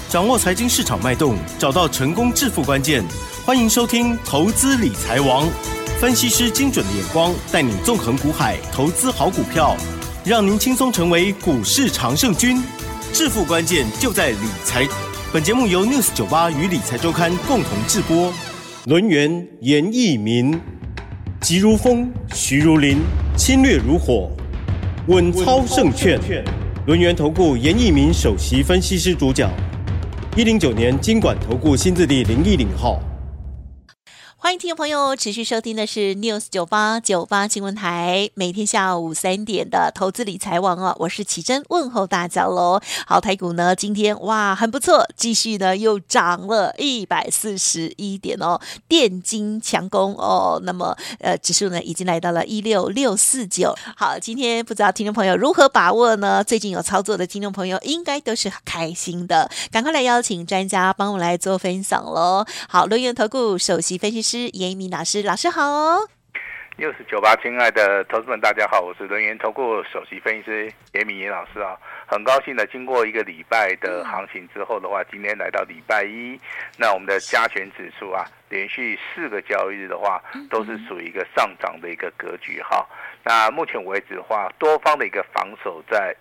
掌握财经市场脉动，找到成功致富关键。欢迎收听《投资理财王》，分析师精准的眼光，带你纵横股海，投资好股票，让您轻松成为股市常胜军。致富关键就在理财。本节目由 News 98与理财周刊共同制播。轮源严义民，急如风，徐如林，侵略如火，稳操胜券。轮源投顾严义民首席分析师主讲。109年金管投顾新字第010号。 欢迎听众朋友持续收听的是 News 98新闻台，每天下午3点的投资理财网哦，我是启真，问候大家喽。好，台股呢今天哇很不错，继续呢又涨了141点哦，电金强攻哦，那么指数呢已经来到了16649。好，今天不知道听众朋友如何把握呢？最近有操作的听众朋友应该都是开心的，赶快来邀请专家帮我来做分享喽。好，轮源投顾首席分析师严义民老师，老师好 ！News 98，亲爱的投资们，大家好，我是轮源投顾首席分析师严义民老师啊，很高兴的，经过一个礼拜的行情之后的话，今天来到礼拜一，那我们的加权指数啊，连续4个交易日的话，都是属于一个上涨的一个格局哈。那目前为止的话，多方的一个防守在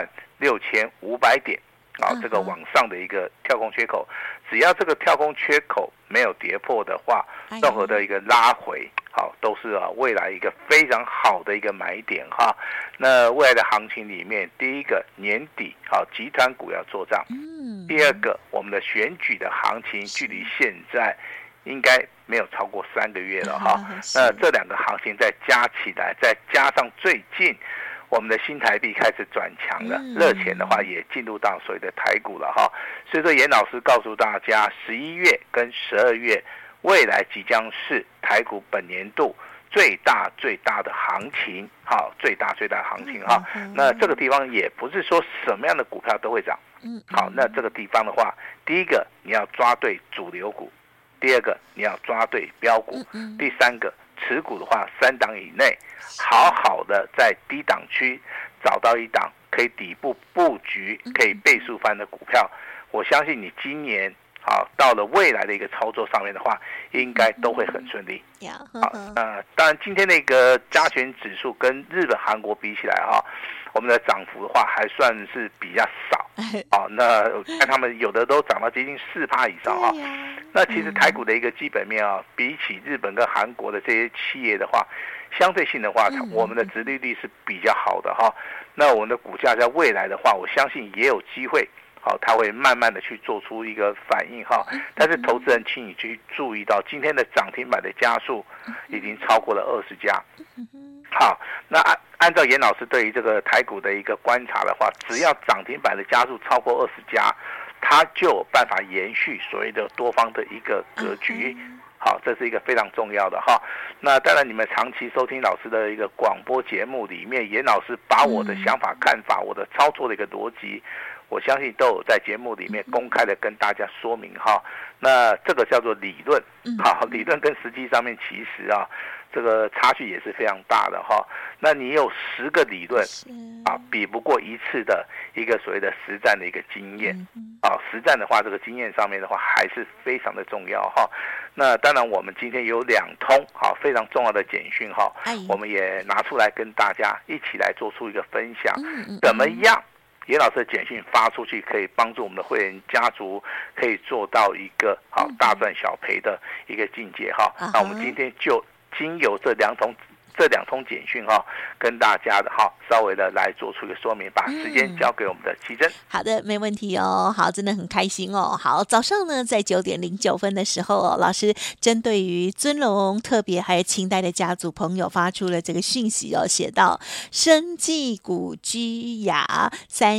16500点。这个往上的一个跳空缺口，只要这个跳空缺口没有跌破的话，任何的一个拉回，都是未来一个非常好的一个买点哈。那未来的行情里面，第一个年底集团股要做账，第二个我们的选举的行情距离现在应该没有超过3个月了哈。那这2个行情再加起来，再加上最近我们的新台币开始转强了，热钱的话也进入到所谓的台股了哈。所以说严老师告诉大家，11月跟12月未来即将是台股本年度最大的行情，好，最大的行情哈。那这个地方也不是说什么样的股票都会涨，好，那这个地方的话，第一个你要抓对主流股，第二个你要抓对标股，第三个持股的话3档以内，好好的在低档区找到一档可以底部布局、可以倍数翻的股票，我相信你今年到了未来的一个操作上面的话，应该都会很顺利。好，当然今天那个加权指数跟日本、韩国比起来哈，我们的涨幅的话还算是比较少。那看他们有的都涨到接近4%以上哈。那其实台股的一个基本面比起日本跟韩国的这些企业的话，相对性的话，我们的殖利率是比较好的哈。那我们的股价在未来的话，我相信也有机会，它会慢慢的去做出一个反应哈。但是投资人请你去注意到，今天的涨停板的家数已经超过了20家。好，那按照严老师对于这个台股的一个观察的话，只要涨停板的家数超过20家，它就有办法延续所谓的多方的一个格局。好，这是一个非常重要的哈。那当然，你们长期收听老师的一个广播节目里面，严老师把我的想法、看法、我的操作的一个逻辑，我相信都有在节目里面公开的跟大家说明哈。那这个叫做理论，好，理论跟实际上面其实这个差距也是非常大的哈。那你有10个理论比不过一次的一个所谓的实战的一个经验实战的话，这个经验上面的话还是非常的重要哈。那当然我们今天有2通非常重要的简讯哈，我们也拿出来跟大家一起来做出一个分享，怎么样严老师的简讯发出去，可以帮助我们的会员家族可以做到一个大赚小赔的一个境界哈。那我们今天就经由这两通简讯跟大家的稍微的来做出一个说明，把时间交给我们的奇珍。 好的，没问题哦。好，真的很开心哦。好，早上呢在9点09分的时候老师针对于尊龙特别还有清代的家族朋友发出了这个讯息写到生技股居雅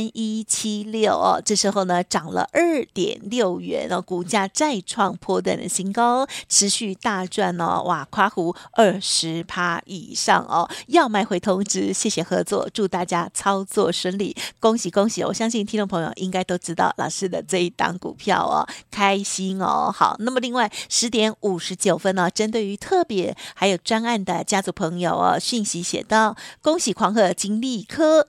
3176这时候呢涨了2.6元股价再创波段的新高，持续大赚哇，夸胡20%以以上哦，要卖会通知，谢谢合作，祝大家操作顺利，恭喜恭喜！我相信听众朋友应该都知道老师的这一档股票哦，开心哦。好，那么另外10:59呢，针对于特别还有专案的家族朋友哦，讯息写到，恭喜狂贺金利科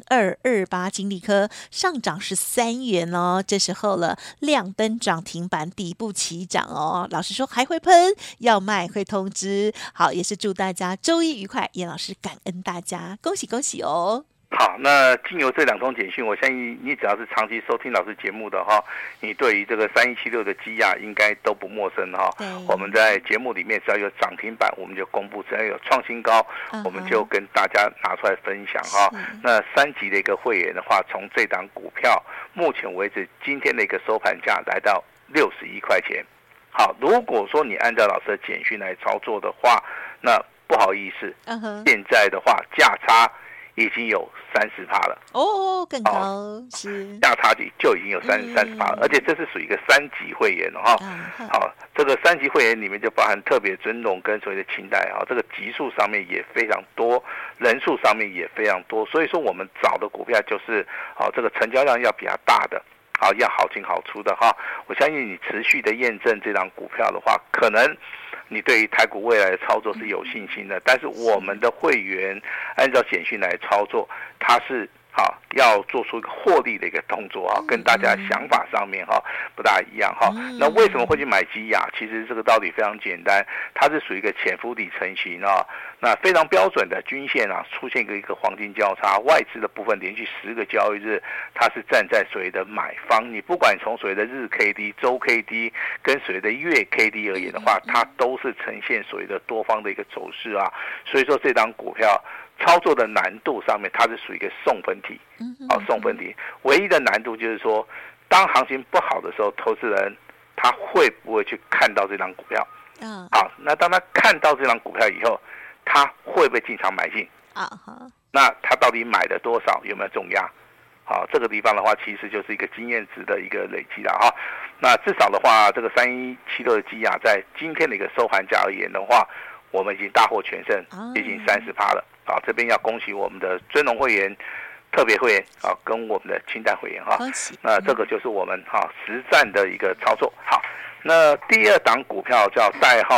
3228金利科上涨13元哦，这时候了亮灯涨停板，底部起涨哦。老师说还会喷，要卖会通知。好，也是祝大家周一愉快，严老师感恩大家，恭喜恭喜哦。 好，那经由这2通简讯，我相信你只要是长期收听老师节目的哈，你对于这个3176的基亚应该都不陌生哈。我们在节目里面只要有涨停板，我们就公布；只要有创新高，我们就跟大家拿出来分享哈。那3级的一个会员的话，从这档股票目前为止今天的一个收盘价来到61块钱。好，如果说你按照老师的简讯来操作的话，那不好意思，现在的话价差已经有30%了哦，更高是价差就已经有30%了，而且这是属于一个3级会员哈。好，这个3级会员里面就包含特别尊荣跟所谓的清代哈，这个级数上面也非常多，人数上面也非常多，所以说我们找的股票就是这个成交量要比较大的。好，要好进好出的哈，我相信你持续的验证这张股票的话，可能你对于台股未来的操作是有信心的。但是我们的会员按照简讯来操作，它是要做出一个获利的一个动作哈，跟大家想法上面哈不大一样哈。那为什么会去买基亚？其实这个道理非常简单，它是属于一个潜伏底成型啊，那非常标准的均线啊出现一个黄金交叉，外资的部分连续10个交易日，它是站在所谓的买方。你不管从所谓的日 K D、周 K D 跟所谓的月 K D 而言的话，它都是呈现所谓的多方的一个走势啊。所以说这档股票操作的难度上面，它是属于一个送分题，送分题。唯一的难度就是说，当行情不好的时候，投资人他会不会去看到这张股票？好，那当他看到这张股票以后，他会不会进场买进？那他到底买了多少？有没有重压？好，这个地方的话，其实就是一个经验值的一个累积了哈。那至少的话，这个3176的基亚在今天的一个收盘价而言的话，我们已经大获全胜，接近30%了。啊，这边要恭喜我们的尊荣会员、特别会员啊，跟我们的清代会员哈。那这个就是我们实战的一个操作。好，那第2档股票叫代号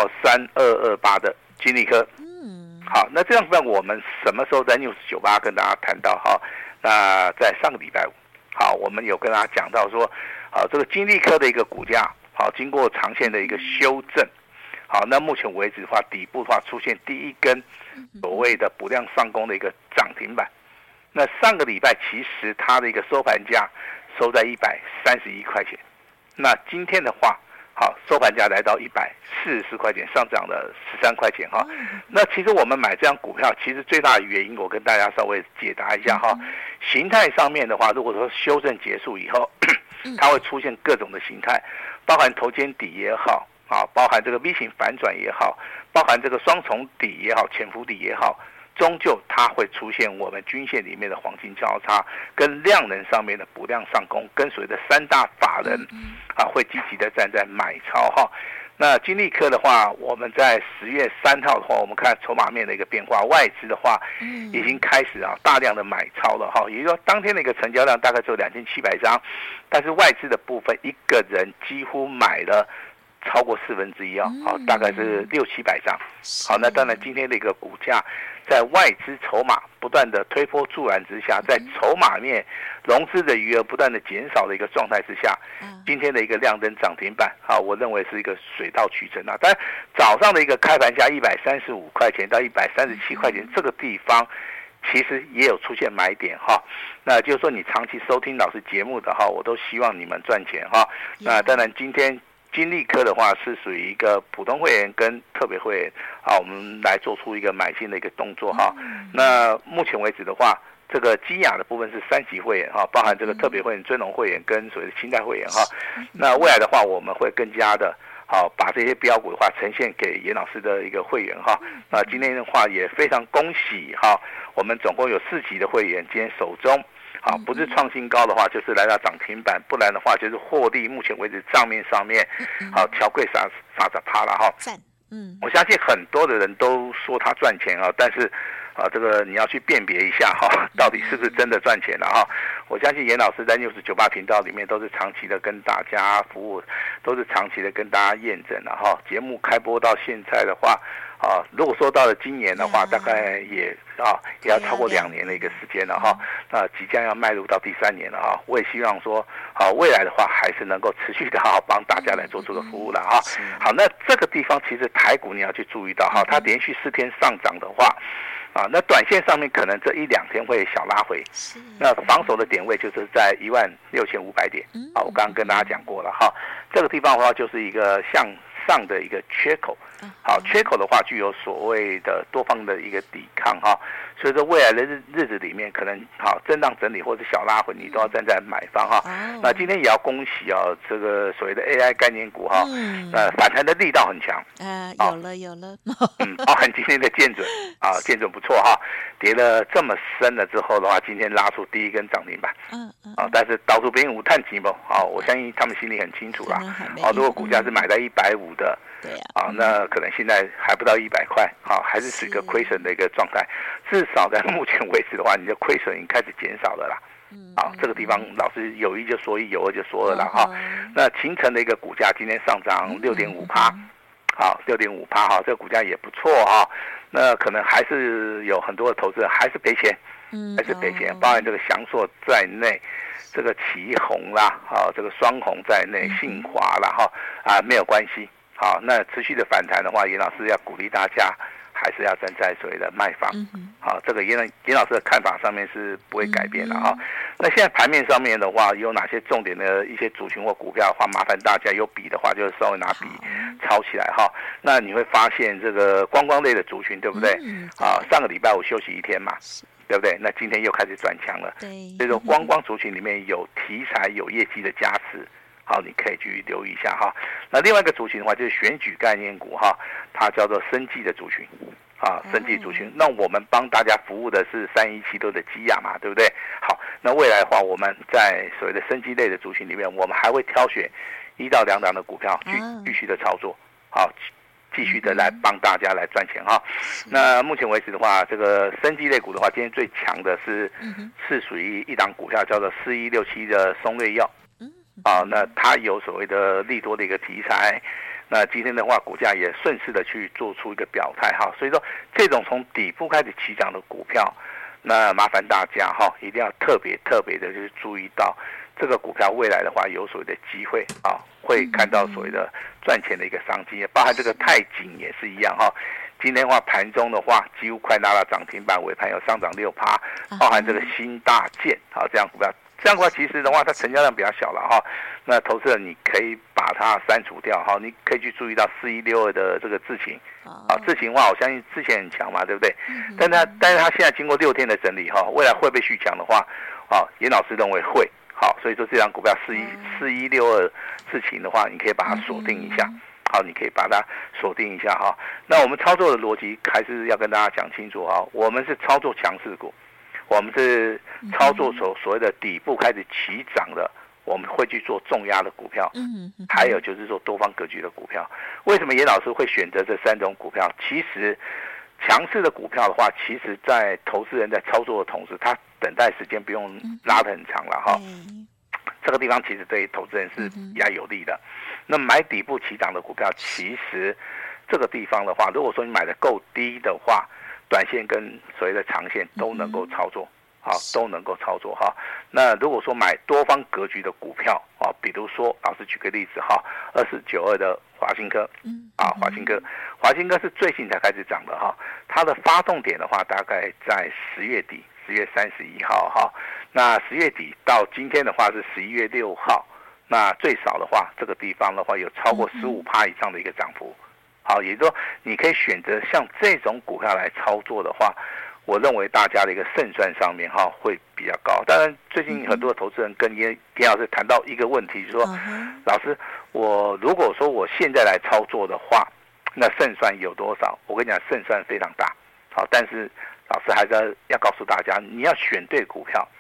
3228的金利科。好，那这样子我们什么时候在 News 98跟大家谈到哈？那在上个礼拜五，好，我们有跟大家讲到说，这个金利科的一个股价，好，经过长线的一个修正。好，那目前为止的话，底部的话出现第一根所谓的补量上攻的一个涨停板。那上个礼拜其实它的一个收盘价收在131块钱，那今天的话，好，收盘价来到144块钱，上涨了13块钱哈。那其实我们买这张股票，其实最大的原因，我跟大家稍微解答一下哈。形态上面的话，如果说修正结束以后，它会出现各种的形态，包含头肩底也好。包含这个 V 型反转也好，包含这个双重底也好，潜伏底也好，终究它会出现我们均线里面的黄金交叉，跟量能上面的补量上攻，跟所谓的3大法人会积极的站在买超哈。那金利科的话，我们在10月3号的话，我们看筹码面的一个变化，外资的话已经开始大量的买超了哈，也就是说当天的一个成交量大概只有2700张，但是外资的部分一个人几乎买了超过1/4啊，好，大概是600-700张。好，那当然今天的一个股价，在外资筹码不断的推波助澜之下，在筹码面融资的余额不断的减少的一个状态之下，今天的一个亮灯涨停板，好，我认为是一个水到渠成啊。但早上的一个开盘价135块钱到137块钱这个地方，其实也有出现买点哈。那就是说你长期收听老师节目的哈，我都希望你们赚钱哈。那当然今天金利科的话是属于一个普通会员跟特别会员我们来做出一个买进的一个动作哈。那目前为止的话，这个基亚的部分是3级会员哈，包含这个特别会员、尊荣会员跟所谓的清代会员哈。那未来的话，我们会更加的把这些标股的话呈现给严老师的一个会员哈。那今天的话也非常恭喜哈，我们总共有4级的会员今天手中。好，不是创新高的话，就是来到涨停板；不然的话，就是获利。目前为止账面上面，好，调贵30%了哈。 我相信很多的人都说他赚钱啊，但是这个你要去辨别一下到底是不是真的赚钱了我相信严老师在News98频道里面都是长期的跟大家服务，都是长期的跟大家验证了节目开播到现在的话如果说到了今年的话，大概也要超过2年的一个时间了那即将要迈入到第3年了我也希望说未来的话还是能够持续的帮大家来做出的服务了好，那这个地方其实台股你要去注意到它连续4天上涨的话那短线上面可能这1-2天会小拉回，那防守的点位就是在16500点我刚刚跟大家讲过了这个地方的话就是一个向上的一个缺口，缺口的话具有所谓的多方的一个抵抗所以说未来的日子里面可能震荡整理或者小拉回你都要站在买方那今天也要恭喜这个所谓的 AI 概念股反弹的力道很强有了包含今天的建准建准不错跌了这么深了之后的话，今天拉出第一根涨停板但是倒数兵无探底不我相信他们心里很清楚啦如果股价是买在150的对那可能现在还不到100块还是属于一个亏损的一个状态，至少在目前为止的话，你的亏损已经开始减少了啦这个地方老师有一就说一，有二就说二了那秦城的一个股价今天上涨6.5%6.5%这个股价也不错那可能还是有很多的投资人还是赔钱还是赔钱包含这个翔硕在内，这个旗宏啦这个双红在内，信华啦没有关系那持续的反弹的话，严老师要鼓励大家还是要站在所谓的卖方这个严老师的看法上面是不会改变的那现在盘面上面的话，有哪些重点的一些族群或股票的话，麻烦大家有笔的话，就是稍微拿笔抄起来那你会发现这个观光类的族群，对不对上个礼拜我休息1天嘛，对不对？那今天又开始转强了，所以说观光族群里面有题材有业绩的加持你可以去留意一下那另外一个族群的话，就是选举概念股它叫做生技的族群生技族群。那我们帮大家服务的是3176的基亚嘛，对不对？好，那未来的话，我们在所谓的生技类的族群里面，我们还会挑选1到2档的股票去继续的操作继续的来帮大家来赚钱那目前为止的话，这个生技类股的话，今天最强的是属于一档股票叫做4167的松瑞药那它有所谓的利多的一个题材，那今天的话股价也顺势的去做出一个表态所以说这种从底部开始起涨的股票，那麻烦大家一定要特别的去注意到这个股票未来的话有所谓的机会会看到所谓的赚钱的一个商机，包含这个泰景也是一样今天的话盘中的话几乎快拿到涨停板，尾盘有上涨6%，包含这个新大建这样股票。这样的话，其实的话，它成交量比较小了那投资人你可以把它删除掉你可以去注意到4162的这个智勤智勤的话，我相信之前很强嘛，对不对？但是它现在经过6天的整理未来会不会续强的话严老师认为会所以说这张股票4162智勤的话，你可以把它锁定一下你可以把它锁定一下那我们操作的逻辑还是要跟大家讲清楚我们是操作强势股。我们是操作所谓的底部开始起涨的，我们会去做重压的股票，还有就是说多方格局的股票。为什么严老师会选择这3种股票？其实强势的股票的话，其实在投资人在操作的同时，他等待时间不用拉得很长了这个地方其实对投资人是比较有利的。那买底部起涨的股票，其实这个地方的话，如果说你买的够低的话，短线跟所谓的长线都能够操作都能够操作那如果说买多方格局的股票比如说老师举个例子2492的华新科华新科是最近才开始涨的它的发动点的话大概在10月底10月31号那10月底到今天的话是11月6号，那最少的话这个地方的话有超过15%以上的一个涨幅也就是说你可以选择像这种股票来操作的话，我认为大家的一个胜算上面会比较高。当然最近很多的投资人跟严老师谈到一个问题，就是说老师我如果说我现在来操作的话，那胜算有多少？我跟你讲胜算非常大但是老师还是要告诉大家，你要选对股票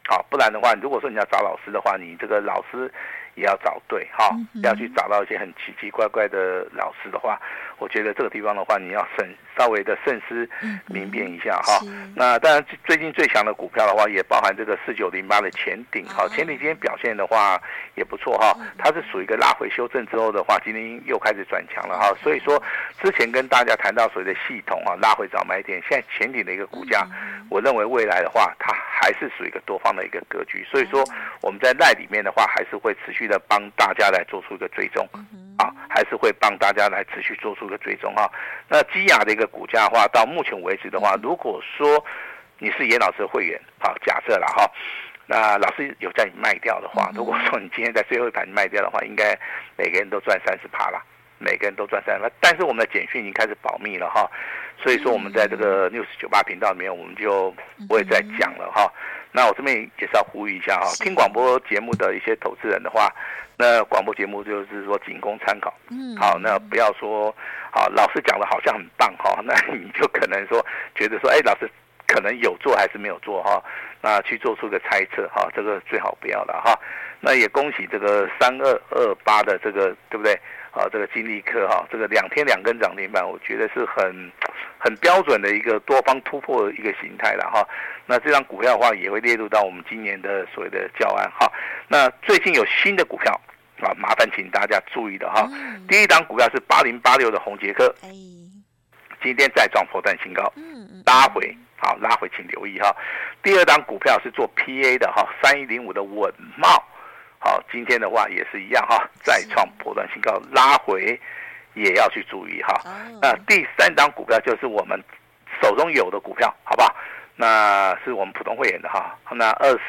好，不然的话，如果说你要找老师的话，你这个老师也要找对哈，要去找到一些很奇奇怪怪的老师的话，我觉得这个地方的话，你要稍微的慎思明辨一下哈。那当然，最近最强的股票的话，也包含这个4908的前鼎哈，前鼎今天表现的话也不错哈，它是属于一个拉回修正之后的话，今天又开始转强了哈。所以说，之前跟大家谈到所谓的系统啊，拉回早买点，现在前鼎的一个股价，我认为未来的话，它还是属于一个多方的一个格局。所以说，我们在LINE里面的话，还是会持续的帮大家来做出一个追踪，还是会帮大家来持续做出一个追踪哈。那基亚的一个股价的话，到目前为止的话，如果说你是严老师的会员，好，假设啦哈，那老师有叫你卖掉的话，如果说你今天在最后一盘卖掉的话，应该每个人都赚30%啦，每个人都赚30%。但是我们的简讯已经开始保密了哈，所以说我们在这个News98频道里面，我们就不会再讲了哈。那我这边也是要呼吁一下哈，听广播节目的一些投资人的话，那广播节目就是说仅供参考。好，那不要说好老师讲的好像很棒哈，那你就可能说觉得说，哎，老师可能有做还是没有做哈，那去做出个猜测哈，这个最好不要了哈。那也恭喜这个3228的这个对不对？这个金利科哈，这个2天2根涨停板，我觉得是很标准的一个多方突破的一个形态了哈。那这张股票的话，也会列入到我们今年的所谓的教案哈。那最近有新的股票啊，麻烦请大家注意的哈。第一档股票是8086的宏捷科，今天再创波段新高，拉回好拉回，请留意哈。第二档股票是做 PA 的哈，3105的稳懋。好，今天的话也是一样哈，再创波段新高，拉回也要去注意哈。那第三档股票就是我们手中有的股票，好不好？那是我们普通会员的哈。那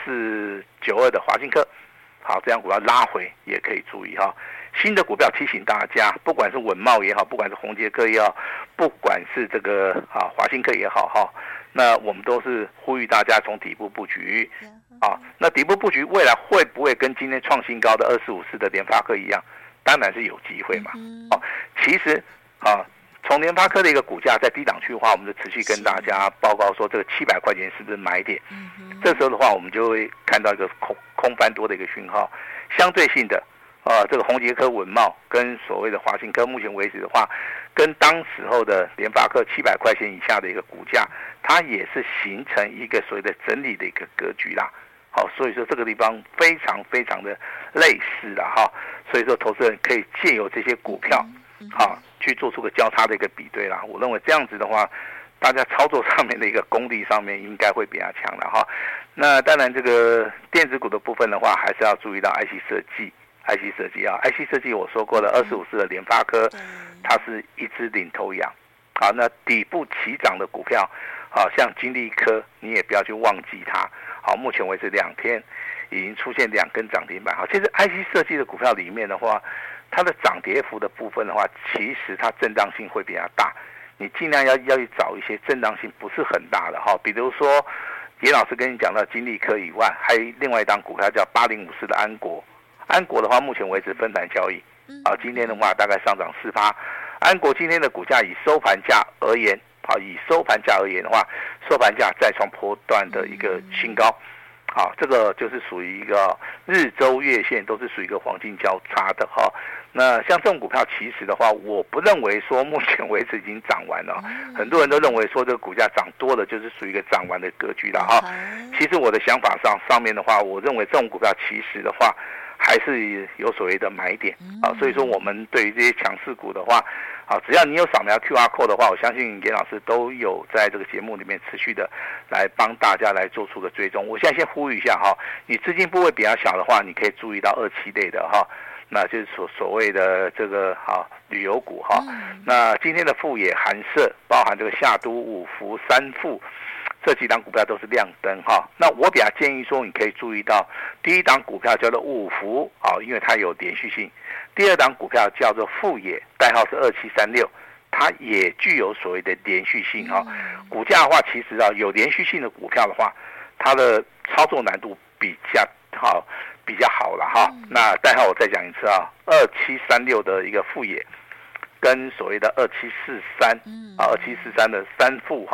2492的华新科，好，这张股票拉回也可以注意哈。新的股票提醒大家，不管是稳懋也好，不管是宏捷科也好，不管是这个华新科也好哈，那我们都是呼吁大家从底部布局。那底部布局未来会不会跟今天创新高的2454的联发科一样？当然是有机会嘛。其实从联发科的一个股价在低档区的话，我们就持续跟大家报告说这个700块钱是不是买点。这时候的话，我们就会看到一个空翻多的一个讯号。相对性的这个宏捷科、稳懋跟所谓的华新科，目前为止的话，跟当时候的联发科700块钱以下的一个股价，它也是形成一个所谓的整理的一个格局啦。好，所以说这个地方非常非常的类似了哈，所以说投资人可以借由这些股票，去做出个交叉的一个比对啦。我认为这样子的话，大家操作上面的一个功力上面应该会比较强了哈。那当然这个电子股的部分的话，还是要注意到 IC 设计啊 ，IC 设计我说过了，2554的联发科，它是一只领头羊。好，那底部起涨的股票，像金利科，你也不要去忘记它。好，目前为止2天已经出现2根涨停板。好，其实 IC 设计的股票里面的话，它的涨跌幅的部分的话，其实它震荡性会比较大。你尽量要去找一些震荡性不是很大的哈，比如说严老师跟你讲到金利科以外，还有另外一档股票叫8054的安国。安国的话，目前为止分盘交易，今天的话大概上涨4%。安国今天的股价以收盘价而言。以收盘价而言的话，收盘价再创波段的一个新高，这个就是属于一个日周月线都是属于一个黄金交叉的哈。那像这种股票，其实的话，我不认为说目前为止已经涨完了，很多人都认为说这个股价涨多了就是属于一个涨完的格局了哈。其实我的想法上面的话，我认为这种股票其实的话，还是有所谓的买点所以说我们对于这些强势股的话，只要你有扫描 QR code 的话，我相信严老师都有在这个节目里面持续的来帮大家来做出个追踪。我现在先呼吁一下你资金部位比较小的话，你可以注意到27类的那就是所谓的这个旅游股那今天的富野、寒舍，包含这个夏都、五福、三富。这几档股票都是亮灯那我比较建议说，你可以注意到第一档股票叫做五福因为它有连续性；第二档股票叫做富野，代号是2736，它也具有所谓的连续性股价的话，其实有连续性的股票的话，它的操作难度比较好了那代号我再讲一次2736的一个富野，跟所谓的27432743的三富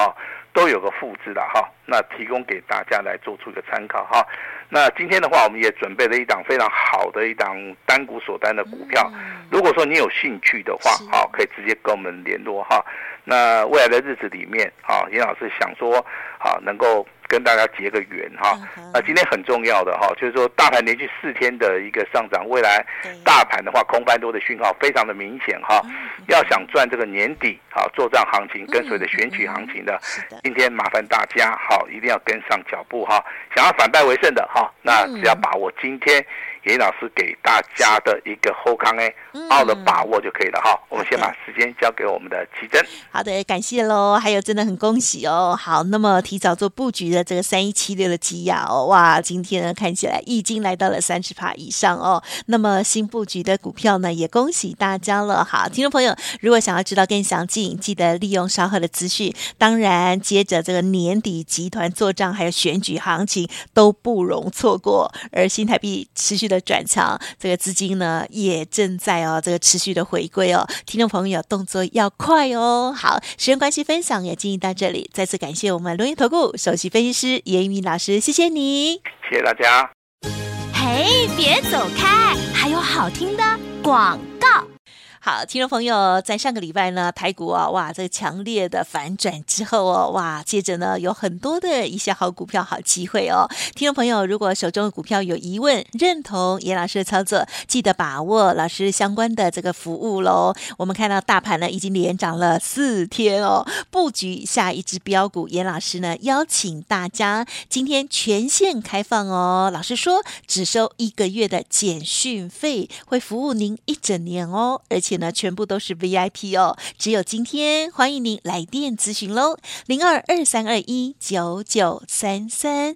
都有个附制的哈，那提供给大家来做出一个参考哈。那今天的话，我们也准备了一档非常好的一档单股锁单的股票，如果说你有兴趣的话，好，可以直接跟我们联络哈。那未来的日子里面，啊，严老师想说，啊，能够跟大家结个缘哈。那今天很重要的哈，就是说大盘连续4天的一个上涨，未来大盘的话空翻多的讯号非常的明显哈。要想赚这个年底啊作战行情跟随着选举行情的，今天麻烦大家好一定要跟上脚步哈。想要反败为胜的哈，那只要把握今天严老师给大家的一个后康好的把握就可以了哈。我们先把时间交给我们的奇珍。 好的，感谢喽，还有真的很恭喜哦。好，那么提早做布局的这个3176的基亚哦，哇，今天呢看起来已经来到了30%以上哦。那么新布局的股票呢，也恭喜大家了。好，听众朋友，如果想要知道更详尽，记得利用稍后的资讯。当然，接着这个年底集团作账还有选举行情都不容错过。而新台币持续的转强，这个资金呢也正在这个持续的回归哦。听众朋友，动作要快哦。好，时间关系，分享也进行到这里，再次感谢我们轮源投顾首席分析师严明老师，谢谢你， 谢谢大家。 嘿，别走开，还有好听的广告。 好，听众朋友，在上个礼拜呢，台股哇，这个强烈的反转之后哇，接着呢有很多的一些好股票、好机会哦。听众朋友，如果手中的股票有疑问，认同严老师的操作，记得把握老师相关的这个服务喽。我们看到大盘呢已经连涨了4天哦，布局下一支标股，严老师呢邀请大家今天全线开放哦。老师说只收1个月的简讯费，会服务您1整年哦，而且全部都是 VIP 哦，只有今天，欢迎您来电咨询喽，0223219933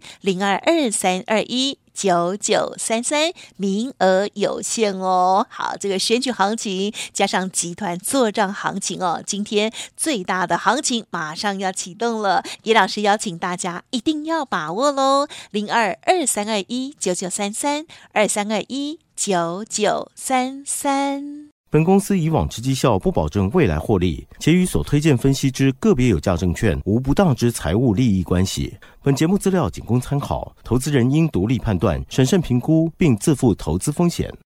0223219933，名额有限哦。好，这个选举行情加上集团作账行情哦，今天最大的行情马上要启动了，叶老师邀请大家一定要把握喽，0223219933 23219933。 本公司以往之绩效不保证未来获利，且与所推荐分析之个别有价证券无不当之财务利益关系。本节目资料仅供参考，投资人应独立判断、审慎评估，并自负投资风险。